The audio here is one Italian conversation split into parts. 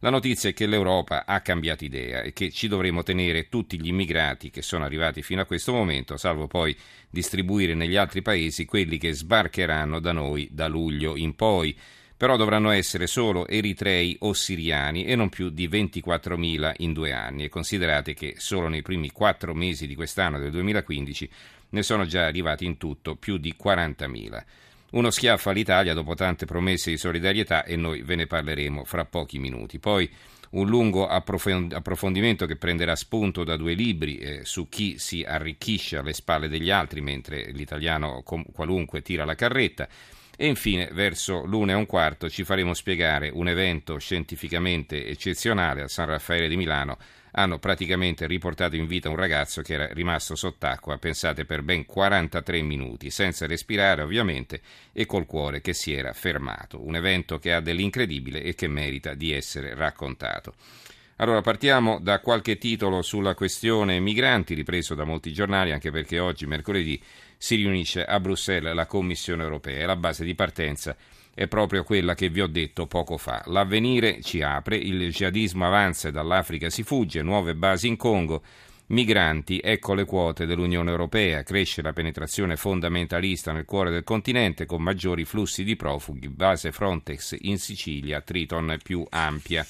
La notizia è che l'Europa ha cambiato idea e che ci dovremo tenere tutti gli immigrati che sono arrivati fino a questo momento, salvo poi distribuire negli altri paesi quelli che sbarcheranno da noi da luglio in poi. Però dovranno essere solo eritrei o siriani e non più di 24.000 in 2 anni. E considerate che solo nei primi 4 mesi di quest'anno, del 2015, ne sono già arrivati in tutto più di 40.000. Uno schiaffo all'Italia dopo tante promesse di solidarietà e noi ve ne parleremo fra pochi minuti. Poi un lungo approfondimento che prenderà spunto da 2 libri su chi si arricchisce alle spalle degli altri mentre l'italiano qualunque tira la carretta. E infine, verso l'1:15 ci faremo spiegare un evento scientificamente eccezionale al San Raffaele di Milano. Hanno praticamente riportato in vita un ragazzo che era rimasto sott'acqua, pensate, per ben 43 minuti, senza respirare ovviamente e col cuore che si era fermato. Un evento che ha dell'incredibile e che merita di essere raccontato. Allora partiamo da qualche titolo sulla questione migranti, ripreso da molti giornali, anche perché oggi, mercoledì, si riunisce a Bruxelles la Commissione europea e la base di partenza è proprio quella che vi ho detto poco fa. L'avvenire ci apre, il jihadismo avanza e dall'Africa si fugge, nuove basi in Congo, migranti, ecco le quote dell'Unione Europea, cresce la penetrazione fondamentalista nel cuore del continente con maggiori flussi di profughi, base Frontex in Sicilia, Triton più ampia.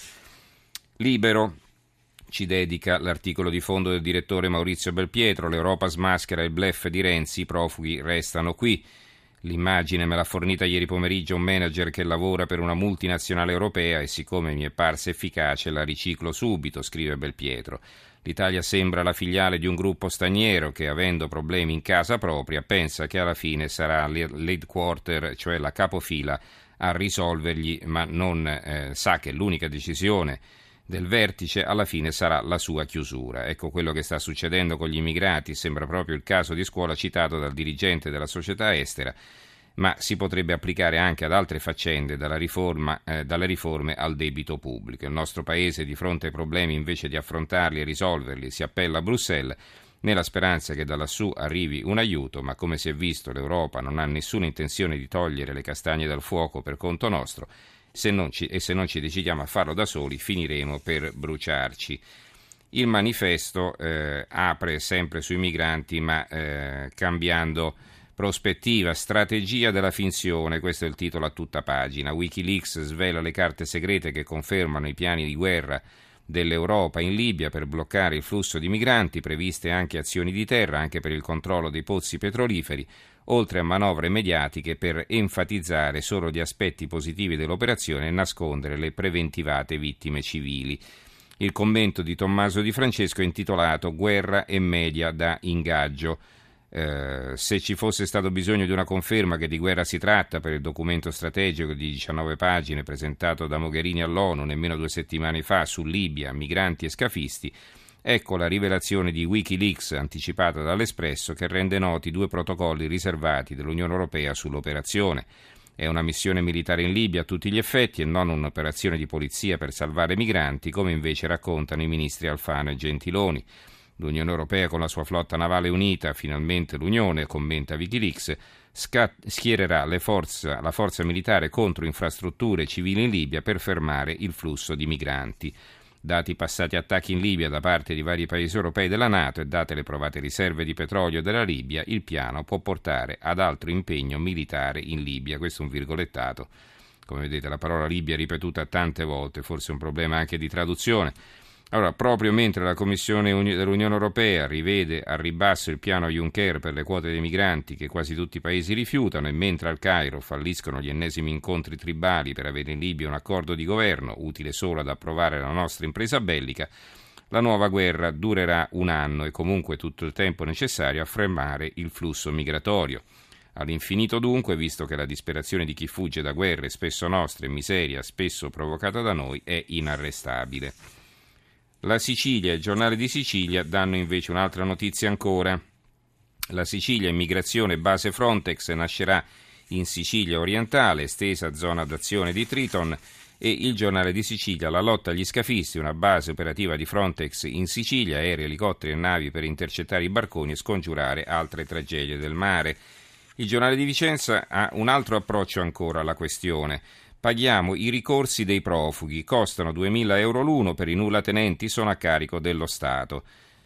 Libero ci dedica l'articolo di fondo del direttore Maurizio Belpietro, l'Europa smaschera il bluff di Renzi, i profughi restano qui. L'immagine me l'ha fornita ieri pomeriggio un manager che lavora per una multinazionale europea e siccome mi è parsa efficace la riciclo subito, scrive Belpietro. L'Italia sembra la filiale di un gruppo straniero che, avendo problemi in casa propria, pensa che alla fine sarà l'headquarter, cioè la capofila, a risolvergli, ma non sa che l'unica decisione del vertice alla fine sarà la sua chiusura. Ecco quello che sta succedendo con gli immigrati, sembra proprio il caso di scuola citato dal dirigente della società estera, ma si potrebbe applicare anche ad altre faccende, dalle riforme al debito pubblico. Il nostro Paese, di fronte ai problemi, invece di affrontarli e risolverli, si appella a Bruxelles nella speranza che da lassù arrivi un aiuto, ma come si è visto l'Europa non ha nessuna intenzione di togliere le castagne dal fuoco per conto nostro. Se non ci decidiamo a farlo da soli, finiremo per bruciarci. Il manifesto apre sempre sui migranti, ma cambiando prospettiva, strategia della finzione, questo è il titolo a tutta pagina. Wikileaks svela le carte segrete che confermano i piani di guerra dell'Europa in Libia per bloccare il flusso di migranti, previste anche azioni di terra, anche per il controllo dei pozzi petroliferi, oltre a manovre mediatiche per enfatizzare solo gli aspetti positivi dell'operazione e nascondere le preventivate vittime civili. Il commento di Tommaso Di Francesco è intitolato Guerra e media da ingaggio. Se ci fosse stato bisogno di una conferma che di guerra si tratta per il documento strategico di 19 pagine presentato da Mogherini all'ONU nemmeno 2 settimane fa su Libia, migranti e scafisti, ecco la rivelazione di Wikileaks anticipata dall'Espresso che rende noti 2 protocolli riservati dell'Unione Europea sull'operazione. È una missione militare in Libia a tutti gli effetti e non un'operazione di polizia per salvare migranti, come invece raccontano i ministri Alfano e Gentiloni. L'Unione Europea con la sua flotta navale unita, finalmente l'Unione, commenta Wikileaks, schiererà la forza militare contro infrastrutture civili in Libia per fermare il flusso di migranti. Dati passati attacchi in Libia da parte di vari paesi europei della NATO e date le provate riserve di petrolio della Libia, il piano può portare ad altro impegno militare in Libia. Questo è un virgolettato. Come vedete la parola Libia è ripetuta tante volte, forse un problema anche di traduzione. Allora, proprio mentre la Commissione dell'Unione Europea rivede al ribasso il piano Juncker per le quote dei migranti che quasi tutti i paesi rifiutano e mentre al Cairo falliscono gli ennesimi incontri tribali per avere in Libia un accordo di governo utile solo ad approvare la nostra impresa bellica, la nuova guerra durerà 1 anno e comunque tutto il tempo necessario a fermare il flusso migratorio. All'infinito dunque, visto che la disperazione di chi fugge da guerre spesso nostre e miseria spesso provocata da noi è inarrestabile. La Sicilia e il giornale di Sicilia danno invece un'altra notizia ancora. La Sicilia, immigrazione, base Frontex, nascerà in Sicilia orientale, estesa zona d'azione di Triton, e il giornale di Sicilia, la lotta agli scafisti, una base operativa di Frontex in Sicilia, aerei, elicotteri e navi per intercettare i barconi e scongiurare altre tragedie del mare. Il giornale di Vicenza ha un altro approccio ancora alla questione. paghiamo i ricorsi dei profughi, costano 2.000 euro l'uno, per i nullatenenti sono a carico dello Stato.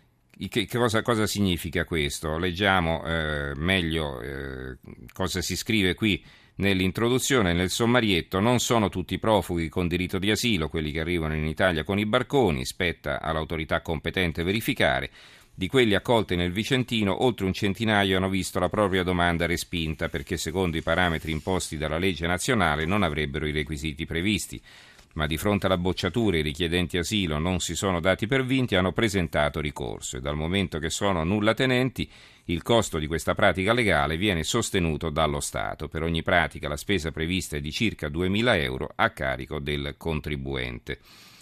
Cosa significa questo? Leggiamo meglio cosa si scrive qui nell'introduzione, nel sommarietto. Non sono tutti profughi con diritto di asilo, quelli che arrivano in Italia con i barconi, spetta all'autorità competente verificare. Di quelli accolti nel Vicentino, oltre un centinaio hanno visto la propria domanda respinta perché secondo i parametri imposti dalla legge nazionale non avrebbero i requisiti previsti. Ma di fronte alla bocciatura i richiedenti asilo non si sono dati per vinti e hanno presentato ricorso, e dal momento che sono nullatenenti il costo di questa pratica legale viene sostenuto dallo Stato. Per ogni pratica la spesa prevista è di circa 2.000 euro a carico del contribuente.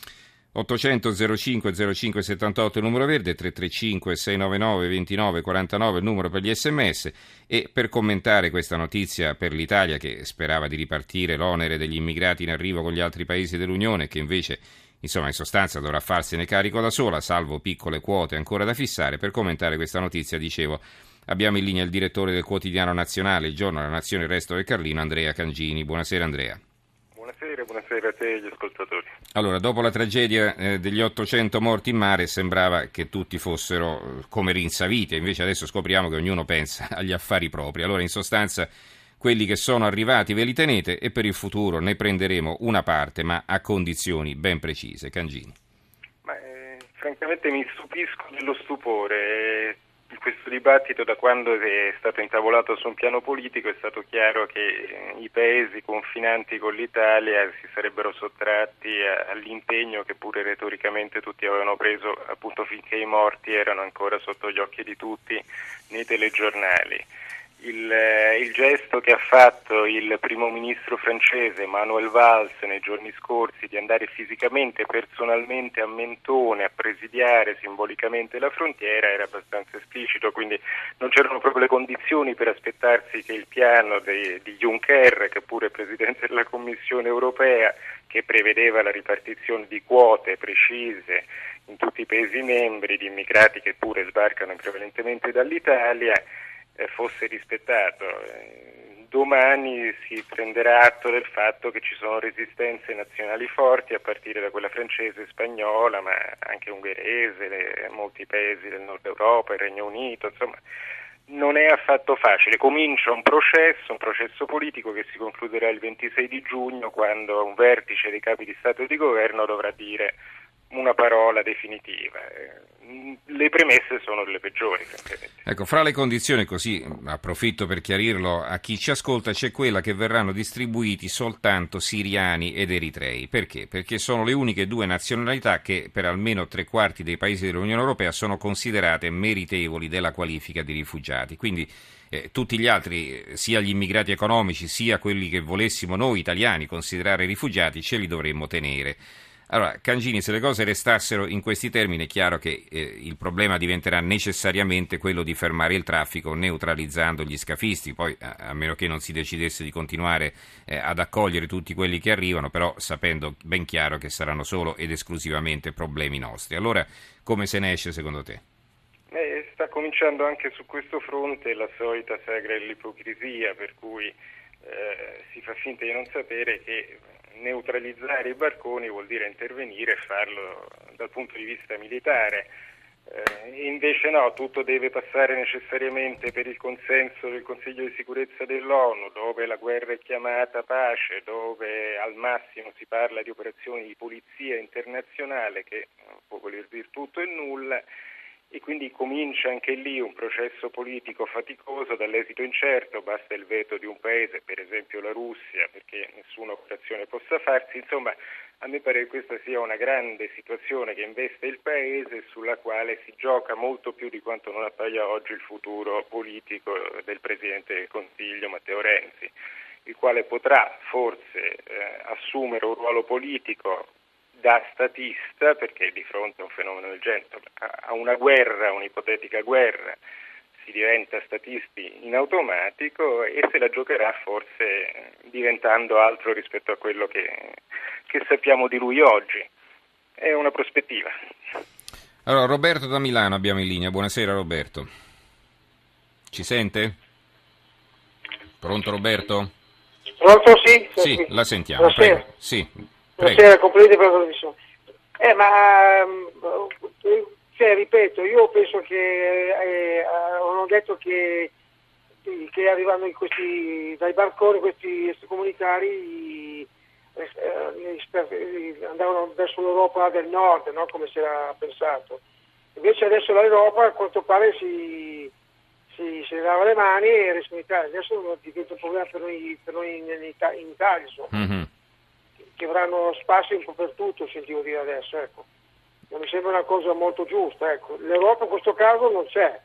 800 05 05 78 il numero verde, 335 699 29 49 il numero per gli sms. E per commentare questa notizia per l'Italia, che sperava di ripartire l'onere degli immigrati in arrivo con gli altri paesi dell'Unione, che invece in sostanza dovrà farsene carico da sola, salvo piccole quote ancora da fissare, per commentare questa notizia, dicevo, abbiamo in linea il direttore del quotidiano nazionale Il Giorno, La Nazione, Il Resto del Carlino, Andrea Cangini. Buonasera Andrea. Buonasera a te e agli ascoltatori. Allora, dopo la tragedia degli 800 morti in mare sembrava che tutti fossero come rinsaviti, invece adesso scopriamo che ognuno pensa agli affari propri. Allora, in sostanza, quelli che sono arrivati ve li tenete e per il futuro ne prenderemo una parte, ma a condizioni ben precise. Cangini. Francamente mi stupisco dello stupore. In questo dibattito, da quando è stato intavolato su un piano politico, è stato chiaro che i paesi confinanti con l'Italia si sarebbero sottratti all'impegno che pure retoricamente tutti avevano preso, appunto finché i morti erano ancora sotto gli occhi di tutti nei telegiornali. Il gesto che ha fatto il primo ministro francese Manuel Valls nei giorni scorsi di andare fisicamente, personalmente a Mentone a presidiare simbolicamente la frontiera era abbastanza esplicito, quindi non c'erano proprio le condizioni per aspettarsi che il piano di Juncker, che pure è presidente della Commissione europea, che prevedeva la ripartizione di quote precise in tutti i paesi membri di immigrati che pure sbarcano prevalentemente dall'Italia, fosse rispettato. Domani si prenderà atto del fatto che ci sono resistenze nazionali forti a partire da quella francese e spagnola, ma anche ungherese, molti paesi del nord Europa, il Regno Unito, insomma non è affatto facile. Comincia un processo politico che si concluderà il 26 di giugno, quando un vertice dei capi di Stato e di Governo dovrà dire una parola definitiva. Le premesse sono le peggiori, francamente. Ecco, fra le condizioni, così approfitto per chiarirlo a chi ci ascolta, c'è quella che verranno distribuiti soltanto siriani ed eritrei. Perché? Perché sono le uniche due nazionalità che per almeno 3/4 dei paesi dell'Unione Europea sono considerate meritevoli della qualifica di rifugiati. Quindi tutti gli altri, sia gli immigrati economici sia quelli che volessimo noi italiani considerare rifugiati, ce li dovremmo tenere. Allora, Cangini, se le cose restassero in questi termini, è chiaro che il problema diventerà necessariamente quello di fermare il traffico neutralizzando gli scafisti, poi a meno che non si decidesse di continuare ad accogliere tutti quelli che arrivano, però sapendo ben chiaro che saranno solo ed esclusivamente problemi nostri. Allora, come se ne esce secondo te? Sta cominciando anche su questo fronte la solita sagra dell'ipocrisia, per cui si fa finta di non sapere che neutralizzare i barconi vuol dire intervenire e farlo dal punto di vista militare. Invece no, tutto deve passare necessariamente per il consenso del Consiglio di sicurezza dell'ONU, dove la guerra è chiamata pace, dove al massimo si parla di operazioni di polizia internazionale, che può voler dire tutto e nulla. E quindi comincia anche lì un processo politico faticoso dall'esito incerto, basta il veto di un paese, per esempio la Russia, perché nessuna operazione possa farsi. Insomma, a me pare che questa sia una grande situazione che investe il paese, sulla quale si gioca molto più di quanto non appaia oggi il futuro politico del Presidente del Consiglio Matteo Renzi, il quale potrà forse assumere un ruolo politico da statista, perché di fronte a un fenomeno del genere, a una guerra, un'ipotetica guerra, si diventa statisti in automatico e se la giocherà forse diventando altro rispetto a quello che sappiamo di lui oggi. È una prospettiva. Allora, Roberto da Milano abbiamo in linea. Buonasera Roberto. Ci sente? Pronto Roberto? Pronto? Sì? Sì, la sentiamo, Buonasera. prego. Sì, prego. Buonasera, complimenti per la trasmissione. Ripeto, io penso che hanno detto che arrivano dai barconi questi comunitari andavano verso l'Europa del Nord, no? Come si era pensato. Invece adesso l'Europa a quanto pare si lava le mani e resta in Italia. Adesso diventa un problema per noi in Italia, insomma. Mm-hmm. Che avranno spazio un po' per tutto, sentivo dire adesso, ecco. Non mi sembra una cosa molto giusta, ecco. L'Europa in questo caso non c'è,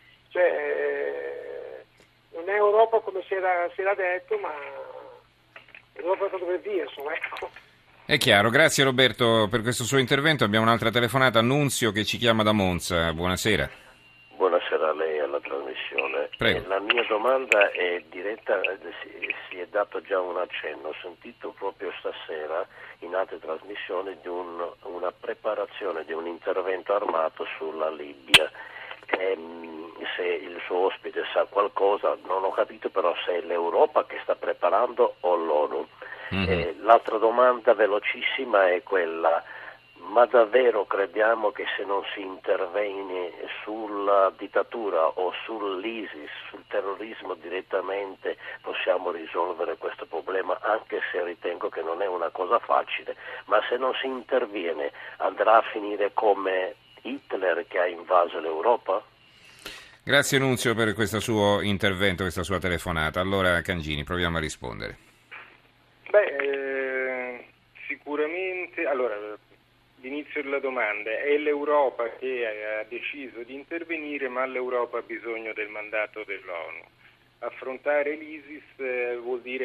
non è Europa come si era detto, ma Europa dove dire, insomma, ecco. È chiaro, grazie Roberto per questo suo intervento. Abbiamo un'altra telefonata, Annunzio che ci chiama da Monza. Buonasera. Buonasera a lei e alla trasmissione. Prego. La mia domanda è diretta, si è dato già un accenno, ho sentito proprio stasera in altre trasmissioni di una preparazione di un intervento armato sulla Libia. Se il suo ospite sa qualcosa, non ho capito però se è l'Europa che sta preparando o l'ONU. Mm-hmm. L'altra domanda velocissima è quella: ma davvero crediamo che se non si interviene sulla dittatura o sull'ISIS, sul terrorismo direttamente, possiamo risolvere questo problema, anche se ritengo che non è una cosa facile, ma se non si interviene andrà a finire come Hitler che ha invaso l'Europa? Grazie Nunzio per questo suo intervento, questa sua telefonata. Allora Cangini, proviamo a rispondere. Sicuramente, allora, l'inizio della domanda, è l'Europa che ha deciso di intervenire, ma l'Europa ha bisogno del mandato dell'ONU. Affrontare l'ISIS vuol dire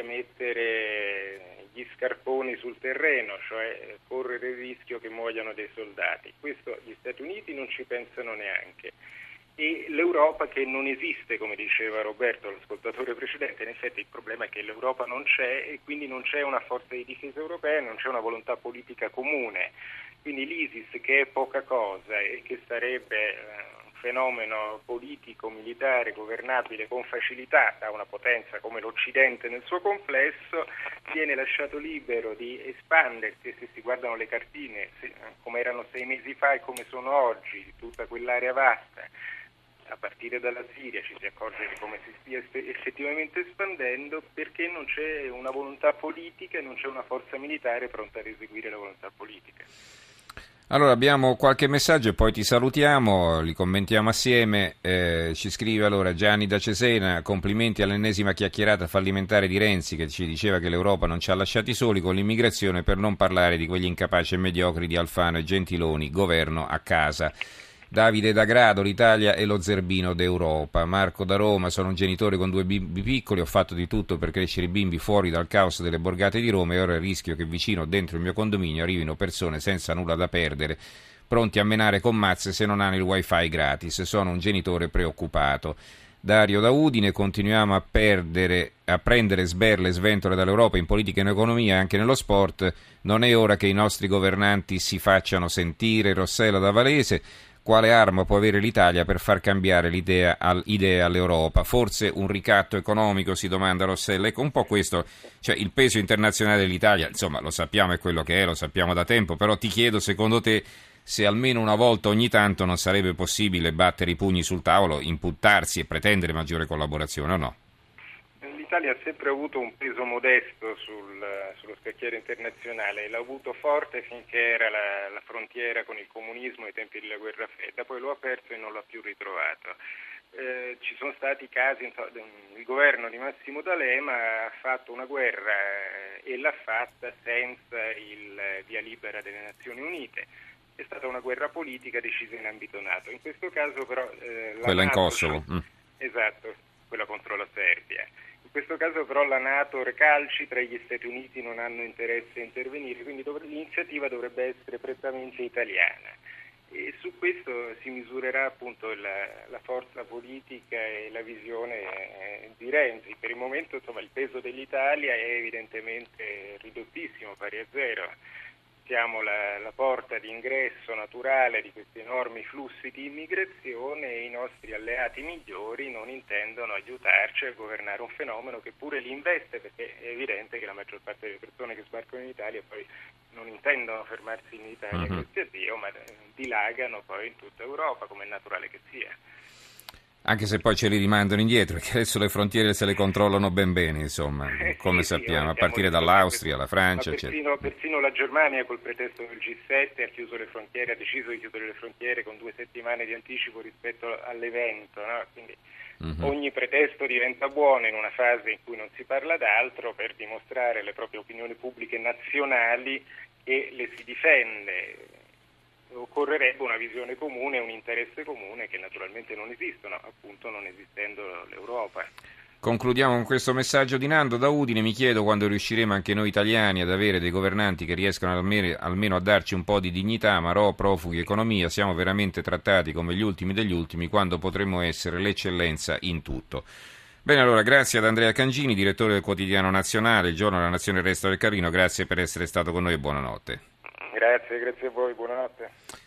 mettere gli scarponi sul terreno, cioè correre il rischio che muoiano dei soldati. Questo gli Stati Uniti non ci pensano neanche. E l'Europa che non esiste, come diceva Roberto, l'ascoltatore precedente, in effetti il problema è che l'Europa non c'è e quindi non c'è una forza di difesa europea, non c'è una volontà politica comune. Quindi l'ISIS, che è poca cosa e che sarebbe un fenomeno politico, militare, governabile con facilità da una potenza come l'Occidente nel suo complesso, viene lasciato libero di espandersi, e se si guardano le cartine, come erano 6 mesi fa e come sono oggi, tutta quell'area vasta, a partire dalla Siria ci si accorge di come si stia effettivamente espandendo, perché non c'è una volontà politica e non c'è una forza militare pronta ad eseguire la volontà politica. Allora abbiamo qualche messaggio e poi ti salutiamo, li commentiamo assieme. Ci scrive allora Gianni da Cesena: complimenti all'ennesima chiacchierata fallimentare di Renzi, che ci diceva che l'Europa non ci ha lasciati soli con l'immigrazione, per non parlare di quegli incapaci e mediocri di Alfano e Gentiloni, governo a casa. Davide da Grado: l'Italia è lo zerbino d'Europa. Marco da Roma: sono un genitore con 2 bimbi piccoli, ho fatto di tutto per crescere i bimbi fuori dal caos delle borgate di Roma e ora rischio che vicino dentro il mio condominio arrivino persone senza nulla da perdere, pronti a menare con mazze se non hanno il wifi gratis. Sono un genitore preoccupato. Dario da Udine: continuiamo a prendere sberle e sventole dall'Europa in politica e in economia e anche nello sport, non è ora che i nostri governanti si facciano sentire. Rossella da Varese: quale arma può avere l'Italia per far cambiare l'idea all'Europa? Forse un ricatto economico, si domanda Rossella. Ecco, un po' questo, cioè il peso internazionale dell'Italia, insomma, lo sappiamo, è quello che è, lo sappiamo da tempo, però ti chiedo, secondo te, se almeno una volta ogni tanto non sarebbe possibile battere i pugni sul tavolo, impuntarsi e pretendere maggiore collaborazione, o no? L'Italia ha sempre avuto un peso modesto sullo scacchiere internazionale, l'ha avuto forte finché era la frontiera con il comunismo ai tempi della guerra fredda, poi lo ha perso e non l'ha più ritrovato. Ci sono stati casi, il governo di Massimo D'Alema ha fatto una guerra e l'ha fatta senza il via libera delle Nazioni Unite. È stata una guerra politica decisa in ambito NATO. In questo caso però quella in Kosovo. Esatto, quella contro la Serbia. In questo caso però la NATO recalcitra e gli Stati Uniti non hanno interesse a intervenire, quindi l'iniziativa dovrebbe essere prettamente italiana. E su questo si misurerà appunto la forza politica e la visione di Renzi. Per il momento, insomma, il peso dell'Italia è evidentemente ridottissimo, pari a zero. siamo la porta di ingresso naturale di questi enormi flussi di immigrazione e i nostri alleati migliori non intendono aiutarci a governare un fenomeno che pure li investe, perché è evidente che la maggior parte delle persone che sbarcano in Italia poi non intendono fermarsi in Italia, grazie a Dio, ma dilagano poi in tutta Europa, come è naturale che sia. Anche se poi ce li rimandano indietro, perché adesso le frontiere se le controllano ben bene, insomma, come sappiamo, a partire dall'Austria, la Francia, eccetera. Persino la Germania, col pretesto del G7, ha chiuso le frontiere, ha deciso di chiudere le frontiere con 2 settimane di anticipo rispetto all'evento, no? Quindi ogni pretesto diventa buono in una fase in cui non si parla d'altro, per dimostrare alle proprie opinioni pubbliche nazionali che le si difende. Occorrerebbe una visione comune, un interesse comune che naturalmente non esistono, appunto non esistendo l'Europa. Concludiamo con questo messaggio di Nando da Udine. Mi chiedo quando riusciremo anche noi italiani ad avere dei governanti che riescano almeno a darci un po' di dignità, marò, profughi, economia. Siamo veramente trattati come gli ultimi degli ultimi, quando potremmo essere l'eccellenza in tutto. Bene, allora, grazie ad Andrea Cangini, direttore del Quotidiano Nazionale, il giorno della Nazione, il resto del Carlino. Grazie per essere stato con noi e buonanotte. Grazie a voi, buonanotte.